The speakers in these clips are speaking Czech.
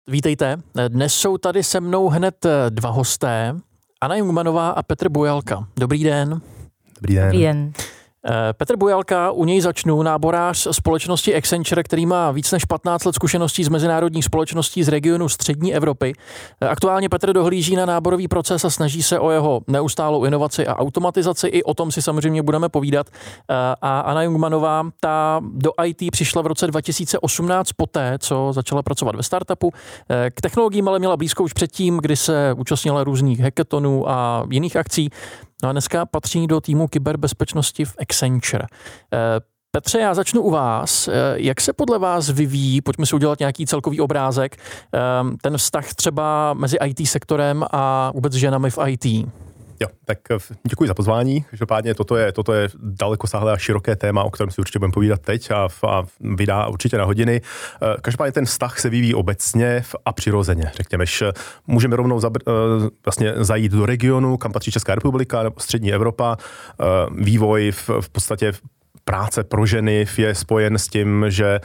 Vítejte. Dnes jsou tady se mnou hned dva hosté. Anna Jungmanová a Petr Bujalka. Dobrý den. Dobrý den. Dobrý den. Petr Bujalka, u něj začnu, náborář společnosti Accenture, který má víc než 15 let zkušeností z mezinárodních společností z regionu střední Evropy. Aktuálně Petr dohlíží na náborový proces a snaží se o jeho neustálou inovaci a automatizaci. I o tom si samozřejmě budeme povídat. A Anna Jungmanová, ta do IT přišla v roce 2018 poté, co začala pracovat ve startupu. K technologiím ale měla blízko už předtím, kdy se účastnila různých hackathonů a jiných akcí. No a dneska patří do týmu kyberbezpečnosti v Accenture. Petře, já začnu u vás. Jak se podle vás vyvíjí, pojďme si udělat nějaký celkový obrázek, ten vztah třeba mezi IT sektorem a vůbec ženami v IT? Jo, tak děkuji za pozvání. Každopádně toto je dalekosáhlé a široké téma, o kterém si určitě budeme povídat teď a vydá určitě na hodiny. Každopádně ten vztah se vyvíjí obecně a přirozeně, řekněme. Můžeme rovnou vlastně zajít do regionu, kam patří Česká republika, střední Evropa. Vývoj v podstatě práce pro ženy je spojen s tím,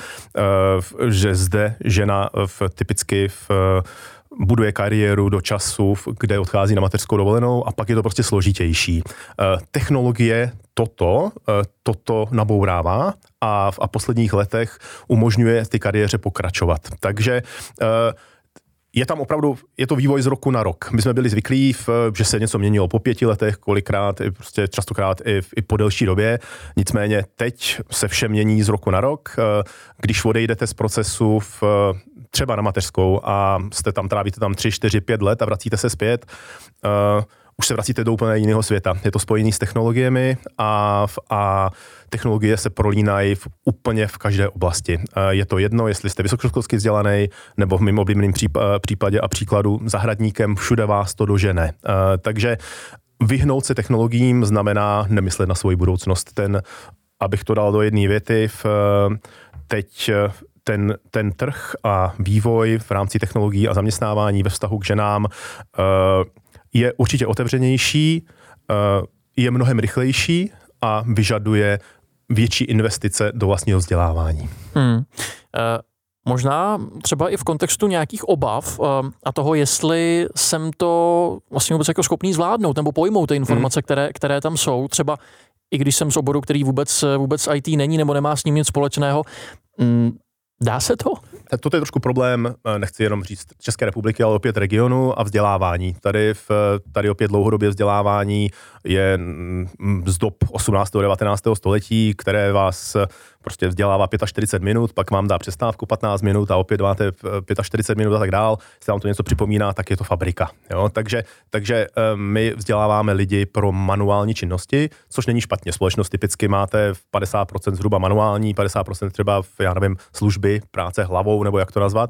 že zde žena typicky buduje kariéru do času, kde odchází na mateřskou dovolenou a pak je to prostě složitější. Technologie toto nabourává a v posledních letech umožňuje ty kariéře pokračovat. Takže je tam opravdu, je to vývoj z roku na rok. My jsme byli zvyklí, že se něco měnilo po 5 letech, kolikrát, prostě častokrát i po delší době. Nicméně teď se vše mění z roku na rok. Když odejdete z procesu třeba na mateřskou a trávíte tam 3, 4, 5 let a vracíte se zpět, už se vracíte do úplně jiného světa. Je to spojený s technologiemi a technologie se prolínají úplně v každé oblasti. Je to jedno, jestli jste vysokoškolsky vzdělaný, nebo v mým oblíbeném případě a příkladu zahradníkem, všude vás to dožene. Takže vyhnout se technologiím znamená nemyslet na svoji budoucnost. Abych to dal do jedné věty, teď ten trh a vývoj v rámci technologií a zaměstnávání ve vztahu k ženám je určitě otevřenější, je mnohem rychlejší a vyžaduje větší investice do vlastního vzdělávání. Možná třeba i v kontextu nějakých obav a toho, jestli jsem to vlastně vůbec jako schopný zvládnout nebo pojmout ty informace, které tam jsou. Třeba i když jsem z oboru, který vůbec IT není nebo nemá s ním nic společného. Dá se to? Toto je trošku problém, nechci jenom říct České republiky, ale opět regionu a vzdělávání. Tady opět dlouhodobě vzdělávání je z dob 18. a 19. století, které vás prostě vzdělává 45 minut, pak vám dá přestávku 15 minut a opět máte 45 minut a tak dál. Jestli vám to něco připomíná, tak je to fabrika. Jo? Takže my vzděláváme lidi pro manuální činnosti, což není špatně. Společnost typicky máte 50% zhruba manuální, 50% třeba služby, práce hlavou, nebo jak to nazvat,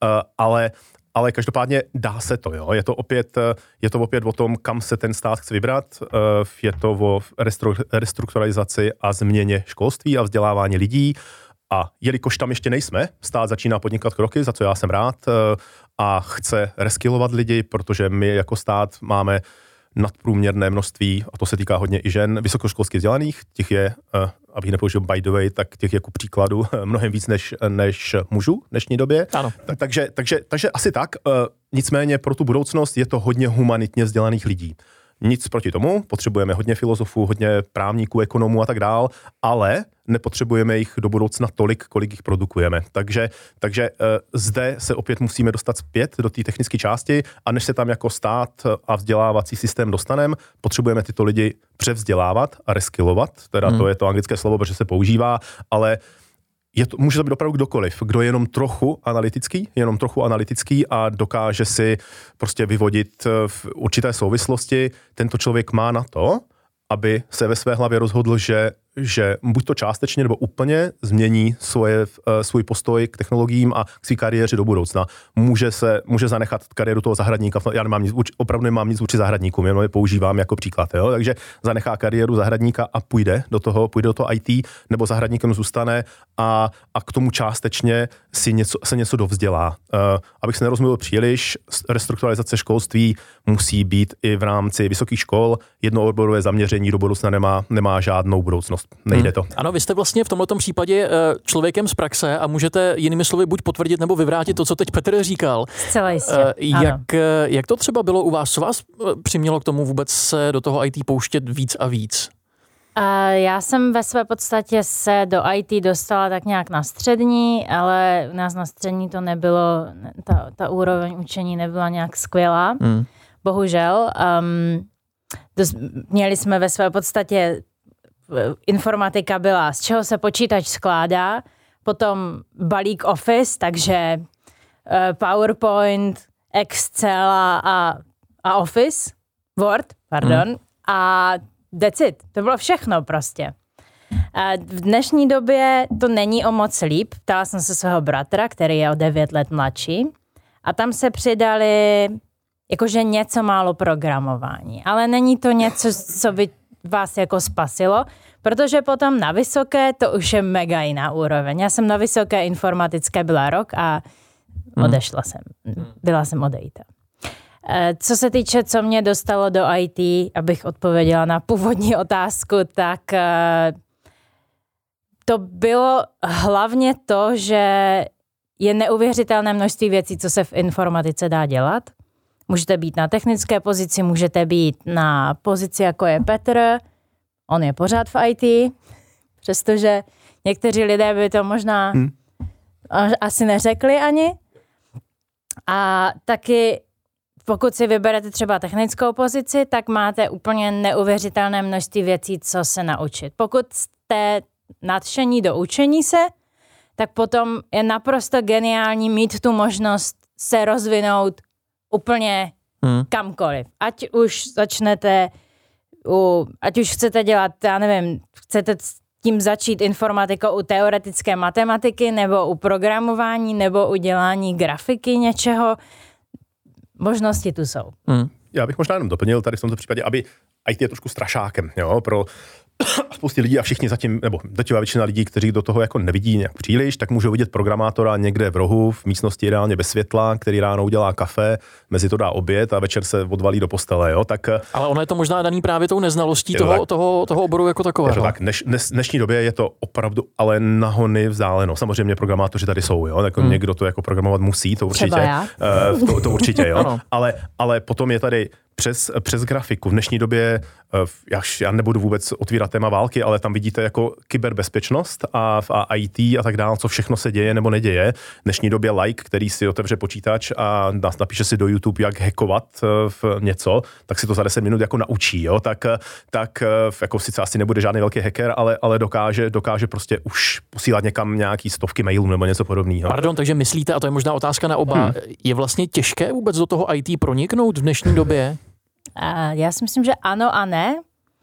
ale každopádně dá se to, jo. Je to opět o tom, kam se ten stát chce vybrat, je to o restrukturalizaci a změně školství a vzdělávání lidí a jelikož tam ještě nejsme, stát začíná podnikat kroky, za co já jsem rád a chce reskillovat lidi, protože my jako stát máme nadprůměrné množství, a to se týká hodně i žen, vysokoškolsky vzdělaných, těch je, abych nepoužil by the way, tak těch je ku příkladu mnohem víc než mužů v dnešní době. Ano. Takže asi tak. Nicméně pro tu budoucnost je to hodně humanitně vzdělaných lidí. Nic proti tomu, potřebujeme hodně filozofů, hodně právníků, ekonomů a tak dál, ale nepotřebujeme jich do budoucna tolik, kolik jich produkujeme. Takže zde se opět musíme dostat zpět do té technické části a než se tam jako stát a vzdělávací systém dostaneme, potřebujeme tyto lidi převzdělávat a reskillovat, to je to anglické slovo, protože se používá, ale může to být opravdu kdokoliv, kdo je jenom trochu analytický a dokáže si prostě vyvodit v určité souvislosti. Tento člověk má na to, aby se ve své hlavě rozhodl, že buď to částečně nebo úplně změní svůj postoj k technologiím a k své kariéře do budoucna. Může zanechat kariéru toho zahradníka. Já opravdu nemám nic vůči zahradníkům, jenom je používám jako příklad. Jo? Takže zanechá kariéru zahradníka a půjde do toho IT, nebo zahradníkem zůstane a k tomu částečně se něco dovzdělá. Abych se nerozmluvil příliš, restrukturalizace školství musí být i v rámci vysokých škol. Jednooborové zaměření do budoucna nemá žádnou budoucnost. zkušenost. Nejde to. Ano, vy jste vlastně v tomto případě člověkem z praxe a můžete jinými slovy buď potvrdit nebo vyvrátit to, co teď Petr říkal. Zcela jistě. Jak to třeba bylo u vás? Co vás přimělo k tomu vůbec se do toho IT pouštět víc a víc? Já jsem ve své podstatě se do IT dostala tak nějak na střední, ale u nás na střední to nebylo, ta úroveň učení nebyla nějak skvělá. Bohužel. Měli jsme ve své podstatě, informatika byla, z čeho se počítač skládá, potom balík Office, takže PowerPoint, Excel a Office, Word, a that's it. To bylo všechno prostě. V dnešní době to není o moc líp. Ptala jsem se svého bratra, který je o 9 let mladší, a tam se přidali jakože něco málo programování. Ale není to něco, co by vás jako spasilo, protože potom na vysoké to už je mega jiná úroveň. Já jsem na vysoké informatické byla rok a odešla jsem. Byla jsem odejta. Co se týče, co mě dostalo do IT, abych odpověděla na původní otázku, tak to bylo hlavně to, že je neuvěřitelné množství věcí, co se v informatice dá dělat. Můžete být na technické pozici, můžete být na pozici, jako je Petr. On je pořád v IT, přestože někteří lidé by to možná asi neřekli ani. A taky pokud si vyberete třeba technickou pozici, tak máte úplně neuvěřitelné množství věcí, co se naučit. Pokud jste nadšení do učení se, tak potom je naprosto geniální mít tu možnost se rozvinout úplně kamkoliv. Ať už začnete, ať už chcete dělat, já nevím, chcete tím začít informatikou u teoretické matematiky, nebo u programování, nebo u dělání grafiky něčeho, možnosti tu jsou. Já bych možná jenom doplnil tady v tomto případě, aby IT je trošku strašákem, jo, pro spousty lidí a všichni zatím, nebo drtivá většina lidí, kteří do toho jako nevidí nějak příliš, tak můžou vidět programátora někde v rohu, v místnosti ideálně bez světla, který ráno udělá kafe, mezi to dá oběd a večer se odvalí do postele, jo, tak. Ale ono je to možná daný právě tou neznalostí toho oboru jako takového. Tak dnešní době je to opravdu ale nahony vzdáleno. Samozřejmě programátoři tady jsou, jo, tak někdo to jako programovat musí, to určitě. Třeba já. To určitě, jo. ale potom je tady přes grafiku. V dnešní době, já nebudu vůbec otvírat téma války, ale tam vidíte jako kyberbezpečnost a IT a tak dále, co všechno se děje nebo neděje. V dnešní době like, který si otevře počítač a napíše si do YouTube, jak hackovat něco, tak si to za 10 minut jako naučí, jo. Tak jako sice asi nebude žádný velký hacker, ale dokáže prostě už posílat někam nějaký stovky mailů nebo něco podobného. Pardon, takže myslíte, a to je možná otázka na oba, je vlastně těžké vůbec do toho IT proniknout v dnešní době? Já si myslím, že ano a ne.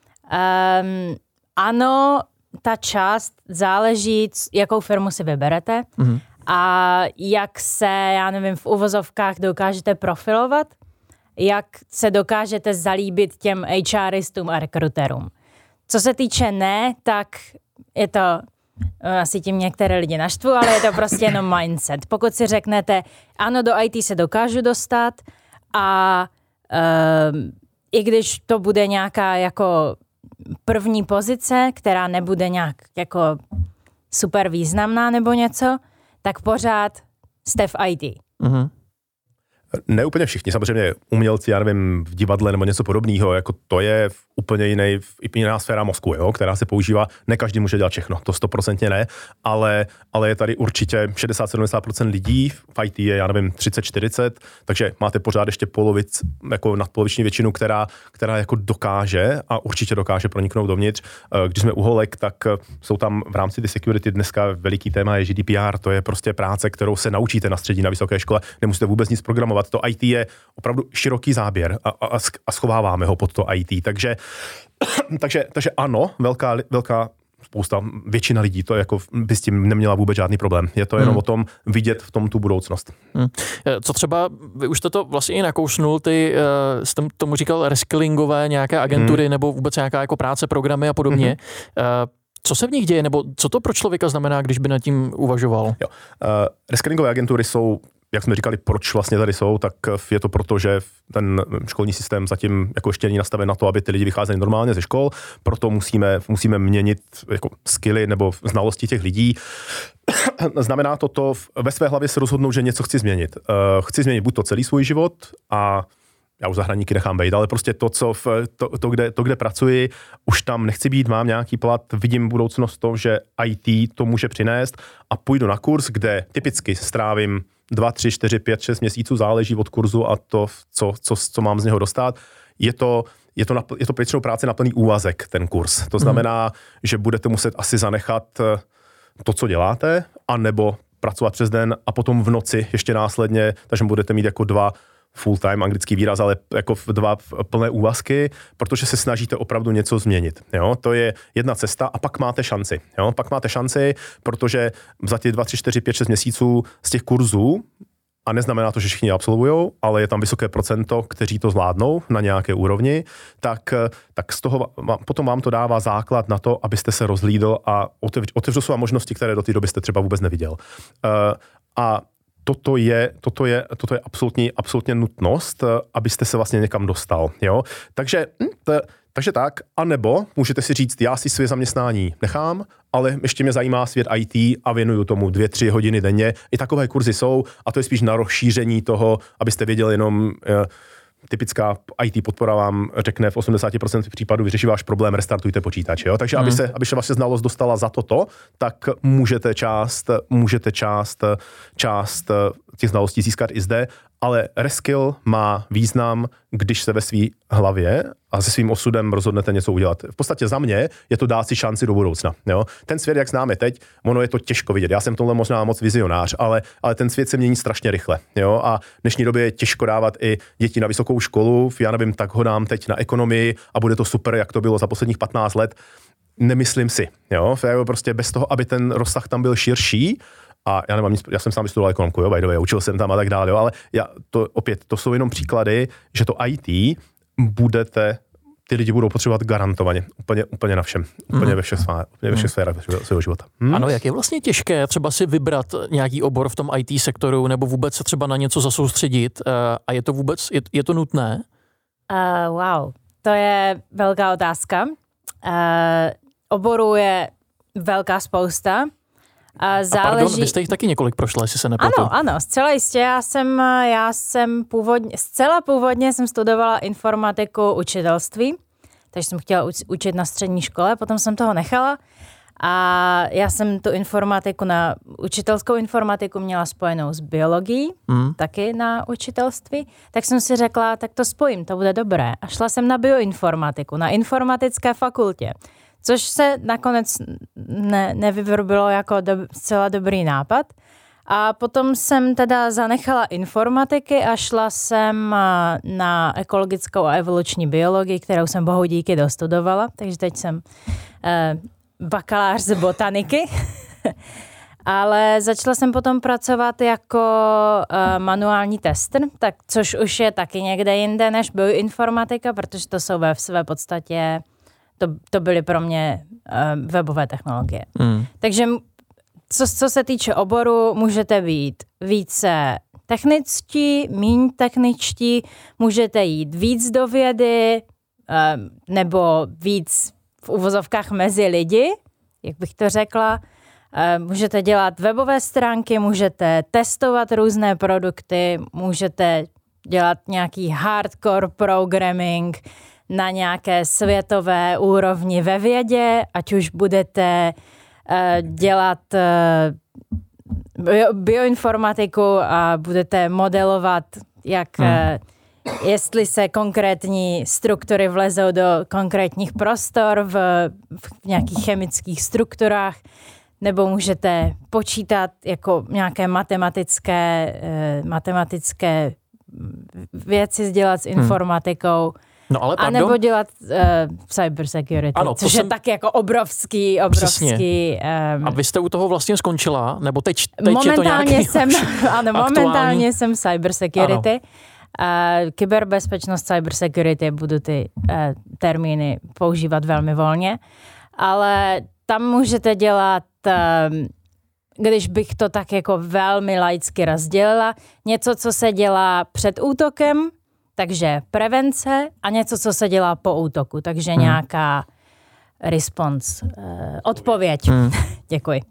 Ano, ta část záleží, jakou firmu si vyberete a jak se, já nevím, v uvozovkách dokážete profilovat, jak se dokážete zalíbit těm HRistům a rekruterům. Co se týče ne, tak je to, asi tím některé lidi naštvu, ale je to prostě jenom mindset. Pokud si řeknete, ano, do IT se dokážu dostat a i když to bude nějaká jako první pozice, která nebude nějak jako super významná nebo něco, tak pořád jste v IT. Ne úplně všichni, samozřejmě umělci, já nevím, v divadle nebo něco podobného, jako to je úplně jiná sféra mozku, jo, která se používá, ne každý může dělat všechno, to 100% ne, ale je tady určitě 60-70% lidí, v IT je, já nevím, 30-40, takže máte pořád ještě polovic, jako nadpoloviční většinu, která jako dokáže a určitě dokáže proniknout dovnitř. Když jsme u holek, tak jsou tam v rámci ty security dneska veliký téma je GDPR, to je prostě práce, kterou se naučíte na střední, na vysoké škole, nemusíte vůbec nic programovat. To IT je opravdu široký záběr a schováváme ho pod to IT. Takže ano, velká spousta, většina lidí to jako by s tím neměla vůbec žádný problém. Je to jenom o tom vidět v tom tu budoucnost. Co třeba, vy už jste to vlastně i nakousnul, ty jste tomu říkal reskillingové nějaké agentury nebo vůbec nějaká jako práce, programy a podobně. Co se v nich děje, nebo co to pro člověka znamená, když by nad tím uvažoval? Reskillingové agentury jsou jak jsme říkali, proč vlastně tady jsou, tak je to proto, že ten školní systém zatím jako ještě není nastaven na to, aby ty lidi vycházeli normálně ze škol, proto musíme měnit jako skilly nebo znalosti těch lidí. Znamená to ve své hlavě se rozhodnout, že něco chci změnit. Chci změnit buď to celý svůj život a já už zahradníky nechám bejt, ale prostě to, kde pracuji, už tam nechci být, mám nějaký plat, vidím budoucnost to, že IT to může přinést a půjdu na kurz, kde typicky strávím 2, 3, 4, 5, 6 měsíců, záleží od kurzu a to, co mám z něho dostat. Je to většinou práce na plný úvazek, ten kurz. To znamená, že budete muset asi zanechat to, co děláte, anebo pracovat přes den a potom v noci ještě následně, takže budete mít jako 2 full-time, anglický výraz, ale jako 2 plné úvazky, protože se snažíte opravdu něco změnit. Jo? To je jedna cesta a pak máte šanci. Jo? Pak máte šanci, protože za těch 2, 3, 4, 5, 6 měsíců z těch kurzů, a neznamená to, že všichni absolvujou, ale je tam vysoké procento, kteří to zvládnou na nějaké úrovni, tak z toho potom vám to dává základ na to, abyste se rozhlídl a otevřel své možnosti, které do té doby jste třeba vůbec neviděl. A toto je absolutně nutnost, abyste se vlastně někam dostal. Jo? Takže tak, anebo můžete si říct, já si své zaměstnání nechám, ale ještě mě zajímá svět IT a věnuju tomu 2-3 hodiny denně. I takové kurzy jsou a to je spíš na rozšíření toho, abyste věděli jenom typická IT podpora vám řekne v 80% případů vyřeší váš problém, restartujte počítač. Jo? Takže aby se vaše znalost dostala za toto, tak můžete část těch znalostí získat i zde, ale reskill má význam, když se ve své hlavě a se svým osudem rozhodnete něco udělat. V podstatě za mě je to dát si šanci do budoucna. Jo? Ten svět, jak známe teď, ono je to těžko vidět. Já jsem tohle možná moc vizionář, ale ten svět se mění strašně rychle. Jo? A v dnešní době je těžko dávat i děti na vysokou školu. Já nevím, tak ho dám teď na ekonomii a bude to super, jak to bylo za posledních 15 let. Nemyslím si. Jo? Prostě bez toho, aby ten rozsah tam byl širší. A já nemám nic, já jsem sám vystudoval ekonomku, jo, by the way, učil jsem tam a tak dále, jo, ale to jsou jenom příklady, že to IT ty lidi budou potřebovat garantovaně, úplně na všem, úplně ve všech sférách svého života. Ano, jak je vlastně těžké třeba si vybrat nějaký obor v tom IT sektoru nebo vůbec se třeba na něco zasoustředit a je to vůbec, je to nutné? Wow, to je velká otázka. Oborů je velká spousta. Pardon, vy jste jich taky několik prošla, jestli se nepletu. Ano, zcela jistě. Já jsem zcela původně jsem studovala informatiku učitelství, takže jsem chtěla učit na střední škole, potom jsem toho nechala a já jsem tu učitelskou informatiku měla spojenou s biologií, taky na učitelství, tak jsem si řekla, tak to spojím, to bude dobré. A šla jsem na bioinformatiku, na informatické fakultě. Což se nakonec nevyvrbilo jako zcela dobrý nápad. A potom jsem teda zanechala informatiky a šla jsem na ekologickou a evoluční biologii, kterou jsem bohu díky dostudovala. Takže teď jsem bakalář z botaniky. Ale začala jsem potom pracovat jako manuální tester, což už je taky někde jinde než bioinformatika, protože to jsou ve své podstatě to byly pro mě webové technologie. Takže co se týče oboru, můžete být více techničtí, míň techničtí, můžete jít víc do vědy, nebo víc v uvozovkách mezi lidi, jak bych to řekla. Můžete dělat webové stránky, můžete testovat různé produkty, můžete dělat nějaký hardcore programming, na nějaké světové úrovni ve vědě, ať už budete dělat bioinformatiku a budete modelovat, jestli se konkrétní struktury vlezou do konkrétních prostor v nějakých chemických strukturách, nebo můžete počítat jako nějaké matematické věci dělat s informatikou. No ale a nebo dělat cybersecurity, což je tak jako obrovský. A vy jste u toho vlastně skončila? Nebo teď momentálně je to nějaký momentálně jsem cybersecurity. Kyberbezpečnost, cybersecurity, budu ty termíny používat velmi volně. Ale tam můžete dělat když bych to tak jako velmi laicky rozdělila, něco, co se dělá před útokem, takže prevence, a něco, co se dělá po útoku, takže nějaká response, odpověď. Děkuji.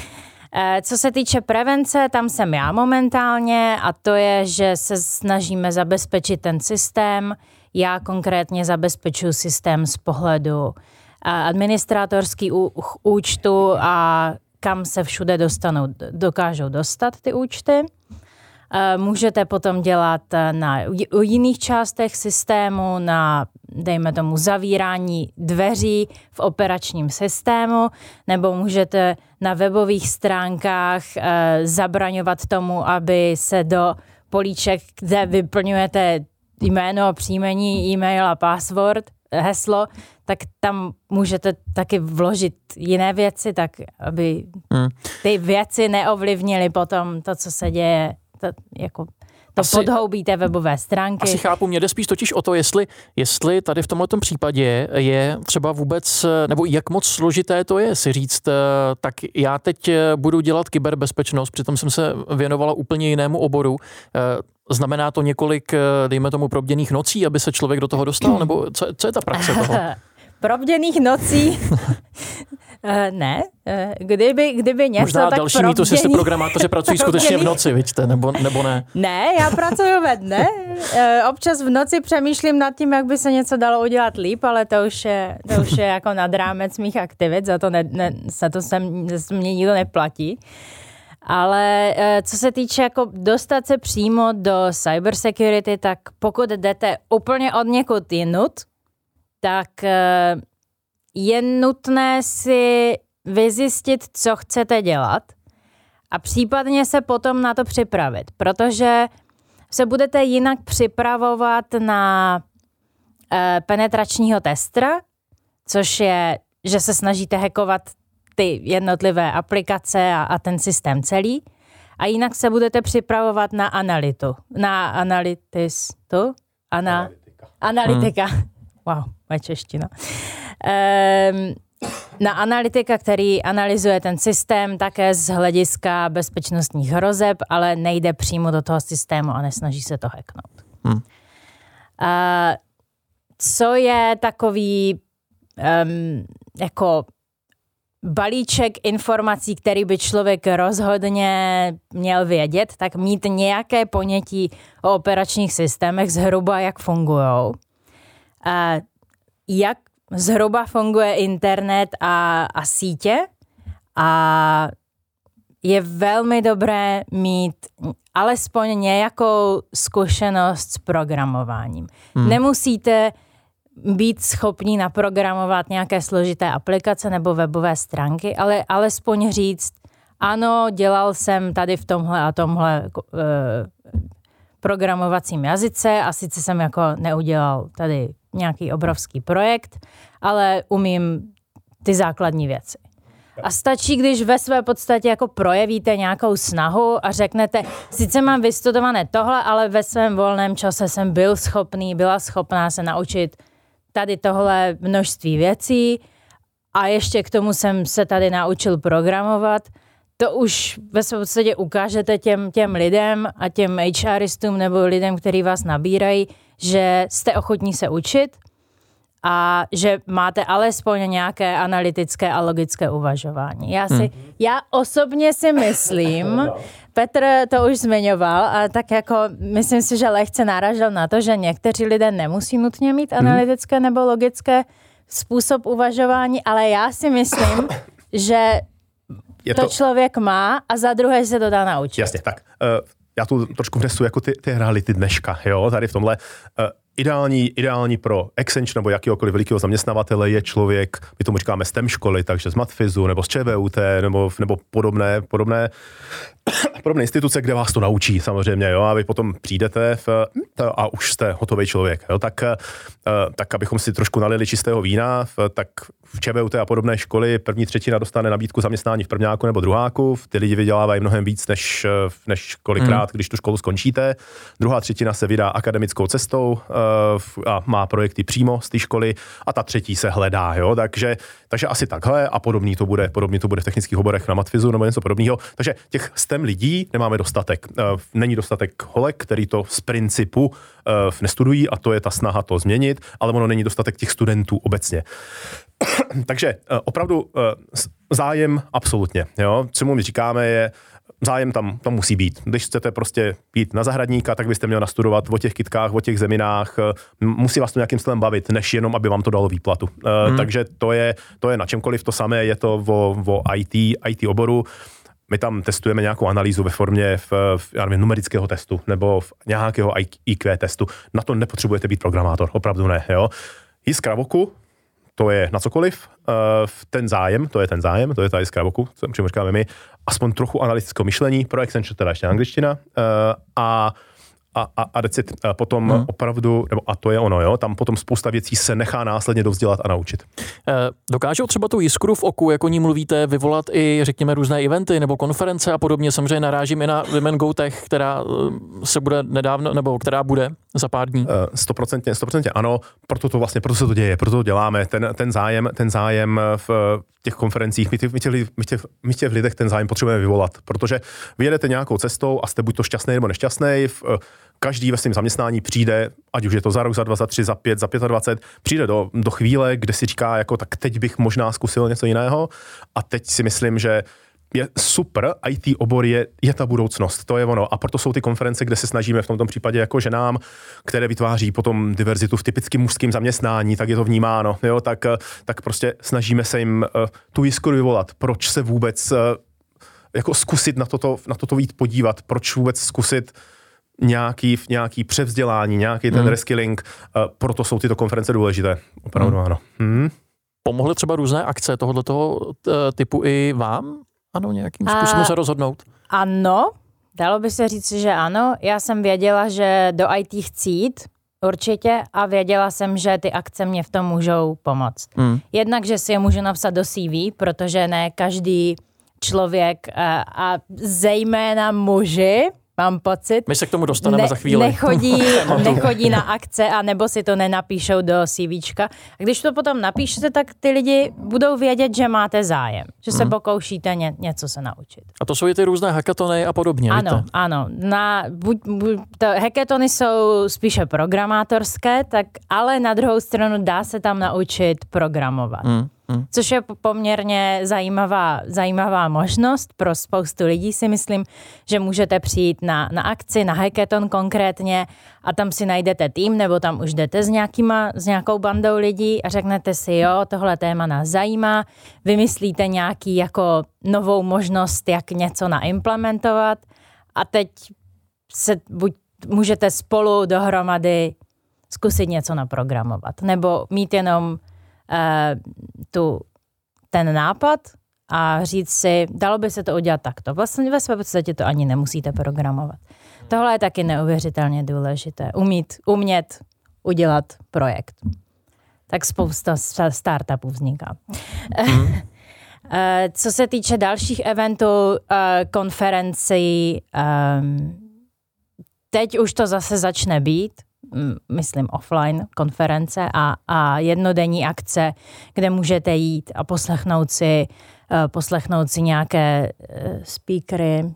Co se týče prevence, tam jsem já momentálně, a to je, že se snažíme zabezpečit ten systém. Já konkrétně zabezpečuji systém z pohledu administrátorský účtu a kam se všude dokážou dostat ty účty. Můžete potom dělat u jiných částech systému, na, dejme tomu, zavírání dveří v operačním systému, nebo můžete na webových stránkách zabraňovat tomu, aby se do políček, kde vyplňujete jméno, příjmení, e-mail a password, heslo, tak tam můžete taky vložit jiné věci, tak aby ty věci neovlivnily potom to, co se děje, to podhoubí té webové stránky. Asi chápu, mě jde spíš totiž o to, jestli tady v tomhletom případě je třeba vůbec, nebo jak moc složité to je si říct, tak já teď budu dělat kyberbezpečnost, přitom jsem se věnovala úplně jinému oboru. Znamená to několik, dejme tomu, probděných nocí, aby se člověk do toho dostal? Nebo co je ta praxe toho? Probděných nocí? Ne. Kdyby něco, možná tak další mýtus, jestli programátoři pracují skutečně v noci, vidíte, nebo ne? Ne, já pracuji ve dne. Občas v noci přemýšlím nad tím, jak by se něco dalo udělat líp, ale to už je jako nad rámec mých aktivit, za to mě nikdo neplatí. Ale co se týče jako dostat se přímo do cybersecurity, tak pokud jdete úplně od někud jinut, tak je nutné si vyzjistit, co chcete dělat a případně se potom na to připravit, protože se budete jinak připravovat na penetračního testera, což je, že se snažíte hackovat ty jednotlivé aplikace a ten systém celý, a jinak se budete připravovat na analytika. Wow, moje čeština. Na analytika, který analyzuje ten systém také z hlediska bezpečnostních hrozeb, ale nejde přímo do toho systému a nesnaží se to hacknout. Co je takový jako balíček informací, který by člověk rozhodně měl vědět, tak mít nějaké ponětí o operačních systémech, zhruba jak fungujou. Jak zhruba funguje internet a sítě, a je velmi dobré mít alespoň nějakou zkušenost s programováním. Nemusíte být schopní naprogramovat nějaké složité aplikace nebo webové stránky, ale alespoň říct, ano, dělal jsem tady v tomhle a tomhle programovacím jazyce a sice jsem jako neudělal tady nějaký obrovský projekt, ale umím ty základní věci. A stačí, když ve své podstatě jako projevíte nějakou snahu a řeknete, sice mám vystudované tohle, ale ve svém volném čase jsem byla schopná se naučit tady tohle množství věcí a ještě k tomu jsem se tady naučil programovat. To už ve své podstatě ukážete těm lidem a těm HRistům nebo lidem, kteří vás nabírají, že jste ochotní se učit a že máte alespoň nějaké analytické a logické uvažování. Já osobně si myslím, Petr to už zmiňoval, a tak jako myslím si, že lehce narážel na to, že někteří lidé nemusí nutně mít analytické nebo logické způsob uvažování, ale já si myslím, že to člověk má a za druhé se to dá naučit. Jasně, tak. Já tu trošku vnesu jako ty reality dneška, jo, tady v tomhle. Ideální pro Accenture nebo jakýhokoliv velikého zaměstnavatele je člověk, my tomu říkáme STEM školy, takže z Matfizu nebo z ČVUT nebo podobné instituce, kde vás to naučí samozřejmě, jo, a vy potom přijdete a už jste hotový člověk. Jo? Tak abychom si trošku nalili čistého vína, tak v ČVUT a podobné školy první třetina dostane nabídku zaměstnání v prvňáku nebo druháku. Ty lidi vydělávají mnohem víc, než kolikrát, když tu školu skončíte. Druhá třetina se vydá akademickou cestou a má projekty přímo z té školy a ta třetí se hledá. Jo? Takže asi takhle a podobný to bude v technických oborech na matfizu nebo něco podobného. Takže těch STEM lidí nemáme dostatek. Není dostatek holek, který to z principu nestudují a to je ta snaha to změnit, ale ono není dostatek těch studentů obecně. Takže opravdu zájem absolutně. Jo? Co mu říkáme je, zájem tam musí být. Když chcete prostě jít na zahradníka, tak byste měli nastudovat o těch kytkách, o těch zeminách. Musí vás to nějakým stylem bavit, než jenom, aby vám to dalo výplatu. Takže to je na čemkoliv to samé, je to o IT oboru. My tam testujeme nějakou analýzu ve formě numerického testu nebo nějakého IQ testu. Na to nepotřebujete být programátor, opravdu ne. Jo? Jiskra v oku, to je na cokoliv, ten zájem, to je ta jiskra v oku, co říkáme my, aspoň trochu analytického myšlení, pro Accenture teda ještě angličtina a decit potom opravdu, a to je ono, jo, tam potom spousta věcí se nechá následně dovzdělat a naučit. Dokážou třeba tu jiskru v oku, jak o ní mluvíte, vyvolat i, řekněme, různé eventy nebo konference a podobně? Samozřejmě narážím i na Women Go Tech, která se bude nedávno, nebo která bude za pár dní. 100% ano, proto se to děje, proto to děláme, ten zájem v těch konferencích, my těch lidech ten zájem potřebujeme vyvolat, protože vy jedete nějakou cestou a jste buď to šťastný nebo nešťastný, každý ve svém zaměstnání přijde, ať už je to za rok, za 2, za 3, za 5, za 25, přijde do chvíle, kde si říká, jako tak teď bych možná zkusil něco jiného a teď si myslím, že je super, IT obor je ta budoucnost, to je ono. A proto jsou ty konference, kde se snažíme v tomto případě jako ženám, které vytváří potom diverzitu v typicky mužském zaměstnání, tak je to vnímáno, jo, tak prostě snažíme se jim tu jiskru vyvolat. Proč se vůbec jako zkusit na toto jít podívat, proč vůbec zkusit nějaký převzdělání, nějaký ten reskilling, proto jsou tyto konference důležité. Opravdu ano. Pomohly třeba různé akce tohoto typu i vám? Ano, nějakým způsobem se rozhodnout? Ano, dalo by se říct, že ano. Já jsem věděla, že do IT chci jít, určitě, a věděla jsem, že ty akce mě v tom můžou pomoct. Jednak, že si je můžu napsat do CV, protože ne každý člověk a zejména muži, mám pocit. My se k tomu dostaneme za chvíli. Nechodí na akce a nebo si to nenapíšou do CVčka. A když to potom napíšete, tak ty lidi budou vědět, že máte zájem. Že se pokoušíte něco se naučit. A to jsou i ty různé hackathony a podobně. Ano. Hackathony jsou spíše programátorské, ale na druhou stranu dá se tam naučit programovat. Což je poměrně zajímavá možnost pro spoustu lidí, si myslím, že můžete přijít na akci, na hackathon konkrétně a tam si najdete tým, nebo tam už jdete s nějakou bandou lidí a řeknete si, jo, tohle téma nás zajímá, vymyslíte nějaký jako novou možnost, jak něco naimplementovat a teď se můžete spolu dohromady zkusit něco naprogramovat, nebo mít jenom ten nápad a říct si, dalo by se to udělat takto. Vlastně ve své podstatě to ani nemusíte programovat. Tohle je taky neuvěřitelně důležité. Umět udělat projekt. Tak spousta startupů vzniká. Co se týče dalších eventů, konferencí, teď už to zase začne být, myslím offline konference a jednodenní akce, kde můžete jít a poslechnout si nějaké speakery.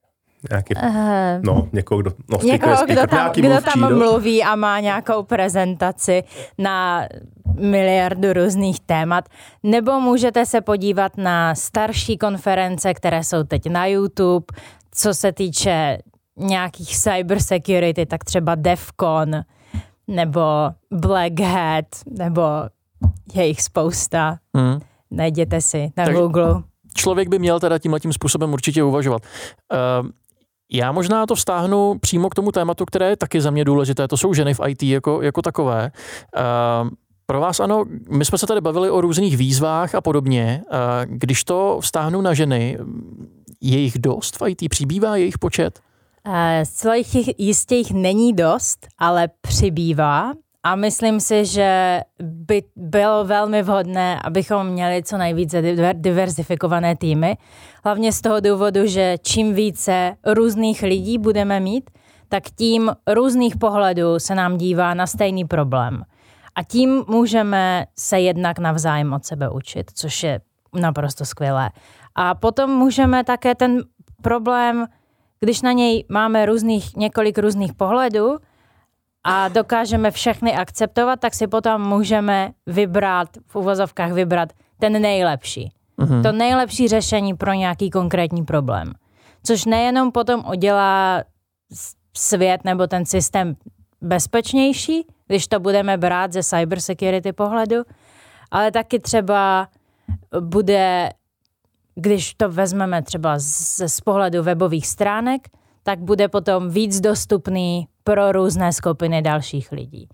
Kdo tam mluví a má nějakou prezentaci na miliardu různých témat. Nebo můžete se podívat na starší konference, které jsou teď na YouTube, co se týče nějakých cybersecurity, tak třeba DEFCON, nebo Black Hat, nebo je jich spousta. Najděte si na Google. Člověk by měl teda tímhletím způsobem určitě uvažovat. Já možná to vztáhnu přímo k tomu tématu, které je taky za mě důležité. To jsou ženy v IT jako takové. Pro vás ano, my jsme se tady bavili o různých výzvách a podobně. Když to vztáhnu na ženy, je jich dost v IT? Přibývá jejich počet? Jistě jich není dost, ale přibývá a myslím si, že by bylo velmi vhodné, abychom měli co nejvíce diverzifikované týmy. Hlavně z toho důvodu, že čím více různých lidí budeme mít, tak tím různých pohledů se nám dívá na stejný problém. A tím můžeme se jednak navzájem od sebe učit, což je naprosto skvělé. A potom můžeme také ten problém, když na něj máme několik různých pohledů a dokážeme všechny akceptovat, tak si potom můžeme v uvozovkách vybrat ten nejlepší. To nejlepší řešení pro nějaký konkrétní problém. Což nejenom potom udělá svět nebo ten systém bezpečnější, když to budeme brát ze cybersecurity pohledu, ale taky třeba bude, když to vezmeme třeba z pohledu webových stránek, tak bude potom víc dostupný pro různé skupiny dalších lidí.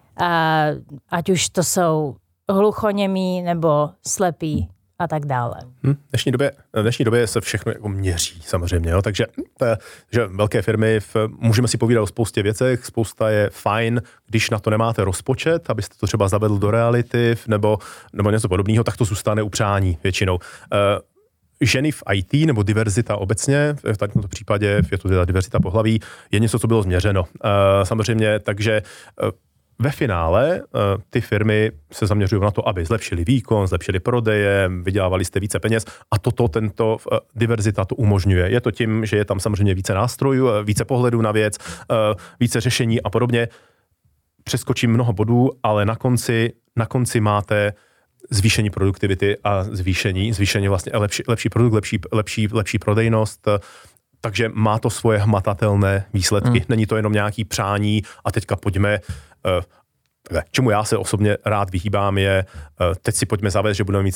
Ať už to jsou hluchoněmí nebo slepí a tak dále. V dnešní době se všechno jako měří samozřejmě, jo? Takže že velké firmy, můžeme si povídat o spoustě věcech, spousta je fajn, když na to nemáte rozpočet, abyste to třeba zavedl do reality nebo něco podobného, tak to zůstane u přání většinou. Ženy v IT nebo diverzita obecně, v tomto případě je to diverzita pohlaví, je něco, co bylo změřeno. Samozřejmě, takže ve finále ty firmy se zaměřují na to, aby zlepšili výkon, zlepšili prodeje, vydělávali jste více peněz a tento diverzita to umožňuje. Je to tím, že je tam samozřejmě více nástrojů, více pohledů na věc, více řešení a podobně. Přeskočím mnoho bodů, ale na konci máte zvýšení produktivity a zvýšení vlastně lepší produkt, lepší prodejnost. Takže má to svoje hmatatelné výsledky. Není to jenom nějaký přání a teďka pojďme, čemu já se osobně rád vyhýbám je, teď si pojďme zavést, že budeme mít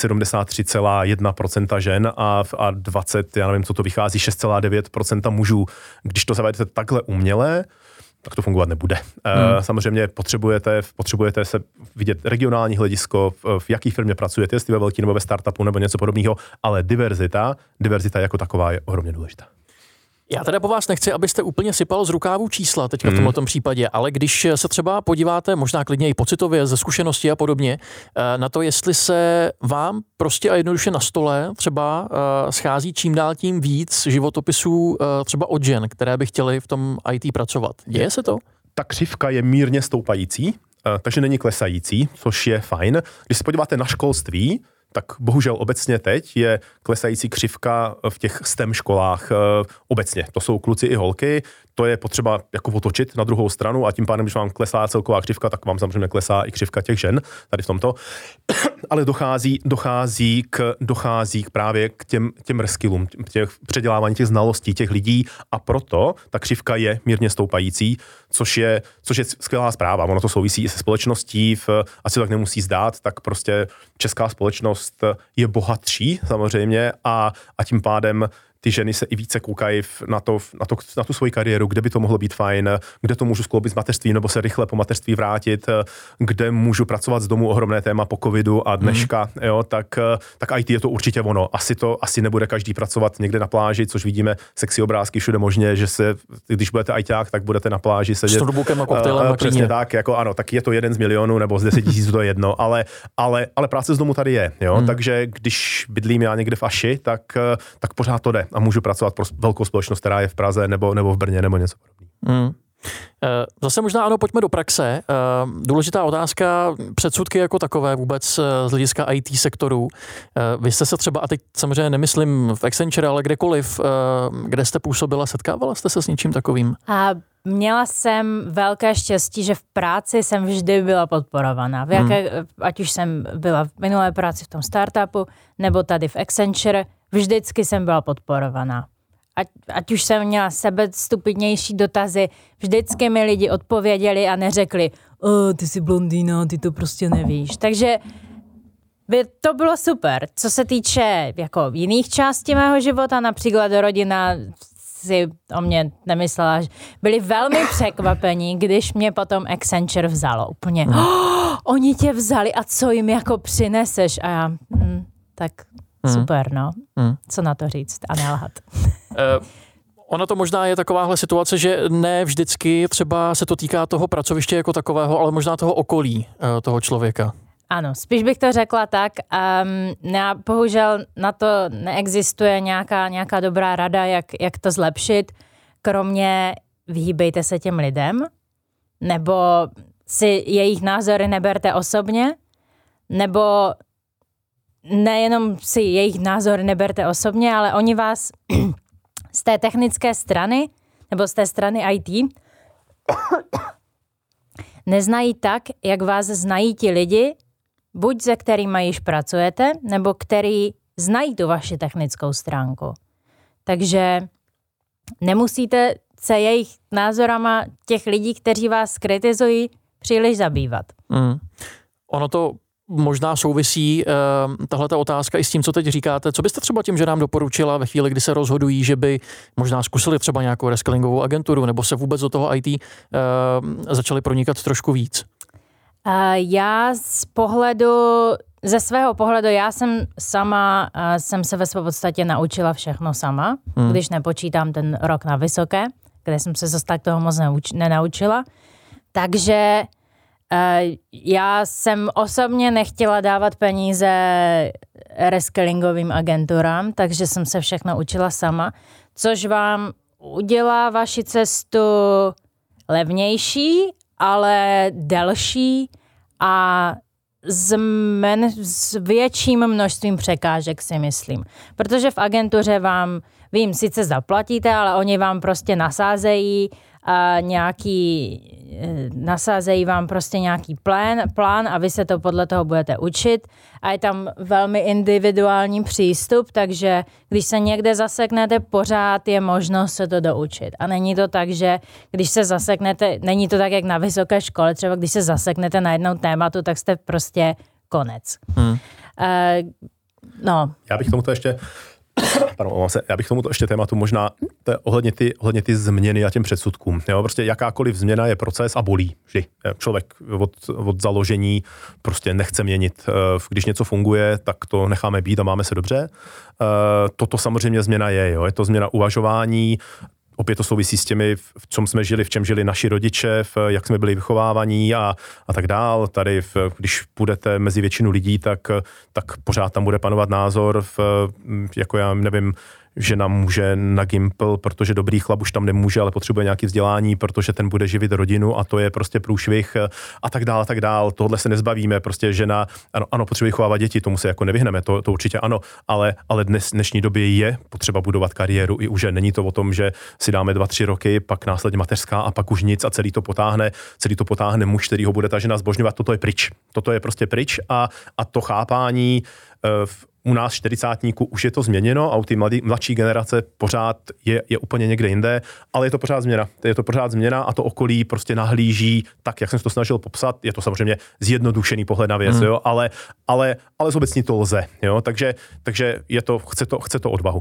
73,1% žen a 20, já nevím, co to vychází, 6,9% mužů. Když to zavedete takhle uměle, tak to fungovat nebude. Samozřejmě potřebujete se vidět regionální hledisko, v jaký firmě pracujete, jestli ve velký nebo ve startupu nebo něco podobného, ale diverzita jako taková je ohromně důležitá. Já teda po vás nechci, abyste úplně sypal z rukávu čísla teďka v tomto případě, ale když se třeba podíváte, možná klidně i pocitově, ze zkušenosti a podobně, na to, jestli se vám prostě a jednoduše na stole třeba schází čím dál tím víc životopisů třeba od žen, které by chtěly v tom IT pracovat. Děje se to? Ta křivka je mírně stoupající, takže není klesající, což je fajn. Když se podíváte na školství, tak bohužel obecně teď je klesající křivka v těch STEM školách obecně. To jsou kluci i holky, to je potřeba jako otočit na druhou stranu a tím pádem, když vám klesá celková křivka, tak vám samozřejmě klesá i křivka těch žen tady v tomto. Ale dochází k právě k těm reskillům, předělávání těch znalostí těch lidí a proto ta křivka je mírně stoupající, což je skvělá zpráva. Ono to souvisí i se společností, asi tak nemusí zdát, tak prostě česká společnost je bohatší samozřejmě a tím pádem ty ženy se i více koukají na tu svoji kariéru, kde by to mohlo být fajn, kde to můžu skloubit s mateřstvím nebo se rychle po mateřství vrátit, kde můžu pracovat z domu, ohromné téma po covidu a dneška, jo, tak IT je to určitě ono. Asi nebude každý pracovat někde na pláži, což vidíme sexy obrázky všude možně, že se, když budete ITák, tak budete na pláži sedět. S notebookem a koktejlem. Přesně tak, jako ano, tak je to 1 z milionu nebo z 10 000, to je jedno, ale práce z domu tady je, jo, takže když bydlím já někde v Aši, tak pořád to jde. A můžu pracovat pro velkou společnost, která je v Praze nebo v Brně nebo něco podobného. Zase možná ano, pojďme do praxe. Důležitá otázka, předsudky jako takové vůbec z hlediska IT sektoru. Vy jste se třeba, a teď samozřejmě nemyslím v Accenture, ale kdekoliv, kde jste působila, setkávala jste se s něčím takovým? A měla jsem velké štěstí, že v práci jsem vždy byla podporovaná. Ať už jsem byla v minulé práci v tom startupu, nebo tady v Accenture, vždycky jsem byla podporovaná. Ať už jsem měla sebestupidnější dotazy, vždycky mi lidi odpověděli a neřekli, ty jsi blondýna, ty to prostě nevíš. Takže to bylo super. Co se týče jako jiných částí mého života, například rodina si o mě nemyslela, byli velmi překvapení, když mě potom Accenture vzalo. Úplně, oni tě vzali a co jim jako přineseš? A já, tak super, no. Co na to říct a nelhat. Ona to možná je takováhle situace, že ne vždycky třeba se to týká toho pracoviště jako takového, ale možná toho okolí toho člověka. Ano, spíš bych to řekla tak. Bohužel na to neexistuje nějaká dobrá rada, jak to zlepšit, kromě vyhýbejte se těm lidem, nebo si jejich názory neberte osobně, nebo nejenom si jejich názory neberte osobně, ale oni vás z té technické strany, nebo z té strany IT, neznají tak, jak vás znají ti lidi, buď se kterými již pracujete, nebo který znají tu vaši technickou stránku. Takže nemusíte se jejich názorama těch lidí, kteří vás kritizují, příliš zabývat. Ono to možná souvisí, tahleta otázka i s tím, co teď říkáte. Co byste třeba těm ženám doporučila ve chvíli, kdy se rozhodují, že by možná zkusili třeba nějakou reskillingovou agenturu, nebo se vůbec do toho IT začali pronikat trošku víc? Já ze svého pohledu, já jsem se ve své podstatě naučila všechno sama, když nepočítám ten rok na vysoké, kde jsem se zase tak toho moc nenaučila. Takže já jsem osobně nechtěla dávat peníze reskillingovým agenturám, takže jsem se všechno učila sama, což vám udělá vaši cestu levnější, ale delší a s větším množstvím překážek, si myslím. Protože v agentuře vy jim sice zaplatíte, ale oni vám prostě nasázejí vám prostě nějaký plán a vy se to podle toho budete učit a je tam velmi individuální přístup, takže když se někde zaseknete, pořád je možnost se to doučit. A není to tak, že když se zaseknete, není to tak, jak na vysoké škole, třeba když se zaseknete na jednou tématu, tak jste prostě konec. Já bych tomuto ještě Já bych tomuto ještě tématu možná ohledně ty změny a těm předsudkům. Jo? Prostě jakákoliv změna je proces a bolí. Vždy. Člověk od založení prostě nechce měnit. Když něco funguje, tak to necháme být a máme se dobře. Toto samozřejmě změna je. Jo? Je to změna uvažování. Opět to souvisí s těmi, v čem jsme žili, v čem žili naši rodiče, jak jsme byli vychovávaní a tak dál. Tady, když půjdete mezi většinu lidí, tak pořád tam bude panovat názor, jako já nevím, žena může na Gimpl, protože dobrý chlap už tam nemůže, ale potřebuje nějaké vzdělání, protože ten bude živit rodinu a to je prostě průšvih a tak dál, a tak dál. Tohle se nezbavíme, prostě žena, ano, potřebuje chovávat děti, tomu se jako nevyhneme, to určitě ano, ale dnešní době je potřeba budovat kariéru i u žen. Není to o tom, že si dáme 2-3 roky, pak následně mateřská a pak už nic a celý to potáhne muž, který ho bude ta žena zbožňovat, toto je pryč. Toto je prostě pryč a to chápání u nás 40-tníků už je to změněno a u té mladší generace pořád je úplně někde jinde, ale je to pořád změna. Je to pořád změna a to okolí prostě nahlíží tak, jak jsem se to snažil popsat. Je to samozřejmě zjednodušený pohled na věc, jo, ale zobecně to lze, jo, takže chce to odvahu.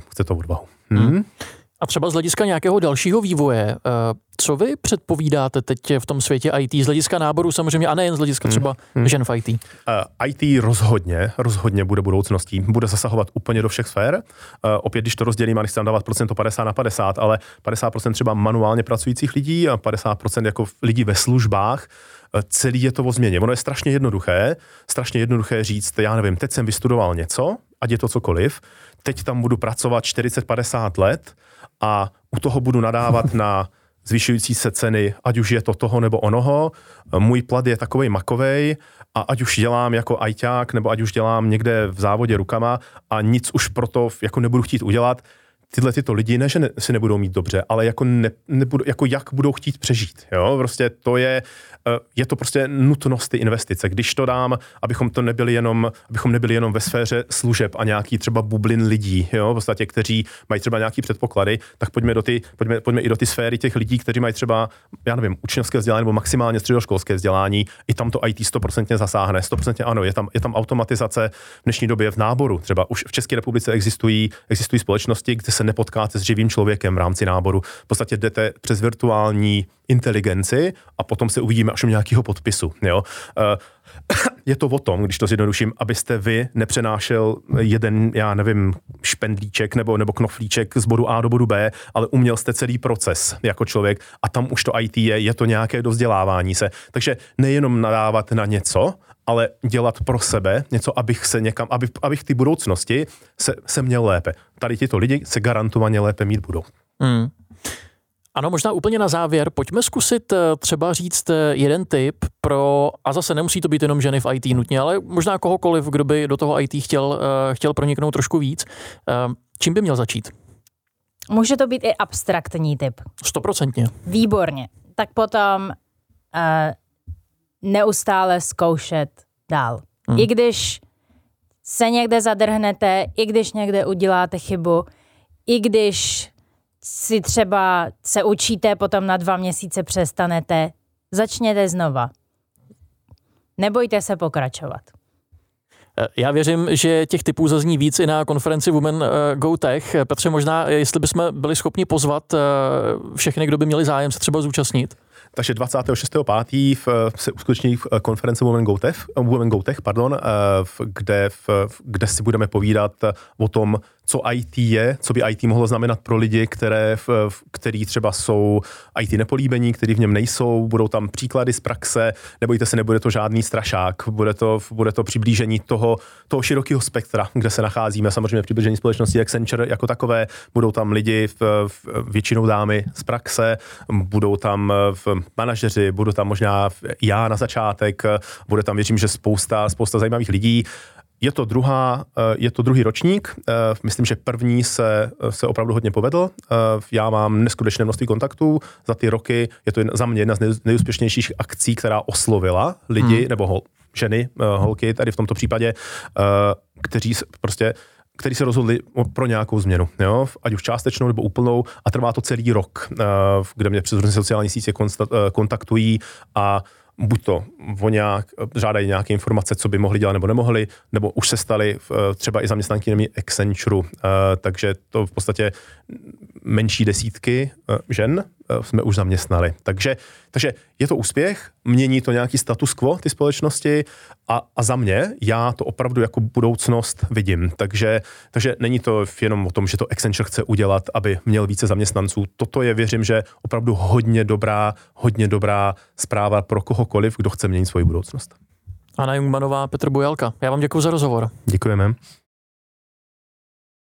A třeba z hlediska nějakého dalšího vývoje, co vy předpovídáte teď v tom světě IT, z hlediska náboru samozřejmě a nejen z hlediska třeba žen v IT? IT rozhodně bude budoucností, bude zasahovat úplně do všech sfér. Opět, když to rozdělím, a nechci tam dávat procento 50/50, ale 50% třeba manuálně pracujících lidí a 50% jako lidí ve službách, celý je to o změně. Ono je strašně jednoduché říct, já nevím, teď jsem vystudoval něco, ať je to cokoliv, teď tam budu pracovat 40-50 let a u toho budu nadávat na zvyšující se ceny, ať už je to toho nebo onoho, můj plat je takovej makovej a ať už dělám jako ajťák, nebo ať už dělám někde v závodě rukama a nic už proto jako nebudu chtít udělat, tyto lidi ne, že si nebudou mít dobře, ale jako jak budou chtít přežít. Jo? Prostě to je to prostě nutnost ty investice. Když to dám, abychom nebyli jenom ve sféře služeb a nějaký třeba bublin lidí, jo? V podstatě, kteří mají třeba nějaký předpoklady, tak pojďme i do ty sféry těch lidí, kteří mají třeba, já nevím, učňovské vzdělání nebo maximálně středoškolské vzdělání, i tam to IT 100% zasáhne. 100% ano, je tam automatizace v dnešní době v náboru. Třeba už v České republice existují společnosti, kde se se nepotkáte s živým člověkem v rámci náboru. V podstatě jdete přes virtuální inteligenci a potom se uvidíme až u nějakého podpisu. Jo? Je to o tom, když to zjednoduším, abyste vy nepřenášel jeden, já nevím, špendlíček nebo knoflíček z bodu A do bodu B, ale uměl jste celý proces jako člověk a tam už to IT je to nějaké dovzdělávání se. Takže nejenom nadávat na něco, ale dělat pro sebe něco, abych se někam, abych v té budoucnosti se měl lépe. Tady tyto lidi se garantovaně lépe mít budou. Ano, možná úplně na závěr, pojďme zkusit třeba říct jeden tip pro, a zase nemusí to být jenom ženy v IT nutně, ale možná kohokoliv, kdo by do toho IT chtěl proniknout trošku víc. Čím by měl začít? Může to být i abstraktní tip. 100%. Výborně. Tak potom neustále zkoušet dál. I když se někde zadrhnete, i když někde uděláte chybu, i když si třeba se učíte, potom na 2 měsíce přestanete, začněte znova. Nebojte se pokračovat. Já věřím, že těch typů zazní víc i na konferenci Women Go Tech. Petře, možná, jestli bychom byli schopni pozvat všechny, kdo by měli zájem se třeba zúčastnit. Takže 26.5. se uskuteční konference Women Go Tech, kde si budeme povídat o tom, co IT je, co by IT mohlo znamenat pro lidi, kteří třeba jsou IT nepolíbení, kteří v něm nejsou, budou tam příklady z praxe, nebojte se, nebude to žádný strašák, bude to přiblížení toho širokého spektra, kde se nacházíme, samozřejmě přiblížení společnosti Accenture jako takové, budou tam lidi, většinou dámy z praxe, budou tam manažeři, budu tam možná já na začátek, bude tam, věřím, že spousta zajímavých lidí. Je to druhý ročník, myslím, že první se opravdu hodně povedl. Já mám neskutečné množství kontaktů za ty roky, je to za mě jedna z nejúspěšnějších akcí, která oslovila lidi, nebo ženy, holky tady v tomto případě, kteří se rozhodli pro nějakou změnu, jo? Ať už částečnou nebo úplnou, a trvá to celý rok, kde mě přes různé sociální sítě kontaktují a buď to žádají nějaké informace, co by mohli dělat nebo nemohli, nebo už se stali třeba i zaměstnankyněmi Accenture, takže to v podstatě menší desítky žen jsme už zaměstnali. Takže je to úspěch, mění to nějaký status quo ty společnosti a za mě, já to opravdu jako budoucnost vidím. Takže není to jenom o tom, že to Accenture chce udělat, aby měl více zaměstnanců. Toto je, věřím, že opravdu hodně dobrá zpráva pro kohokoliv, kdo chce měnit svoji budoucnost. Anna Jungmannová, Petr Bujalka. Já vám děkuji za rozhovor. Děkujeme.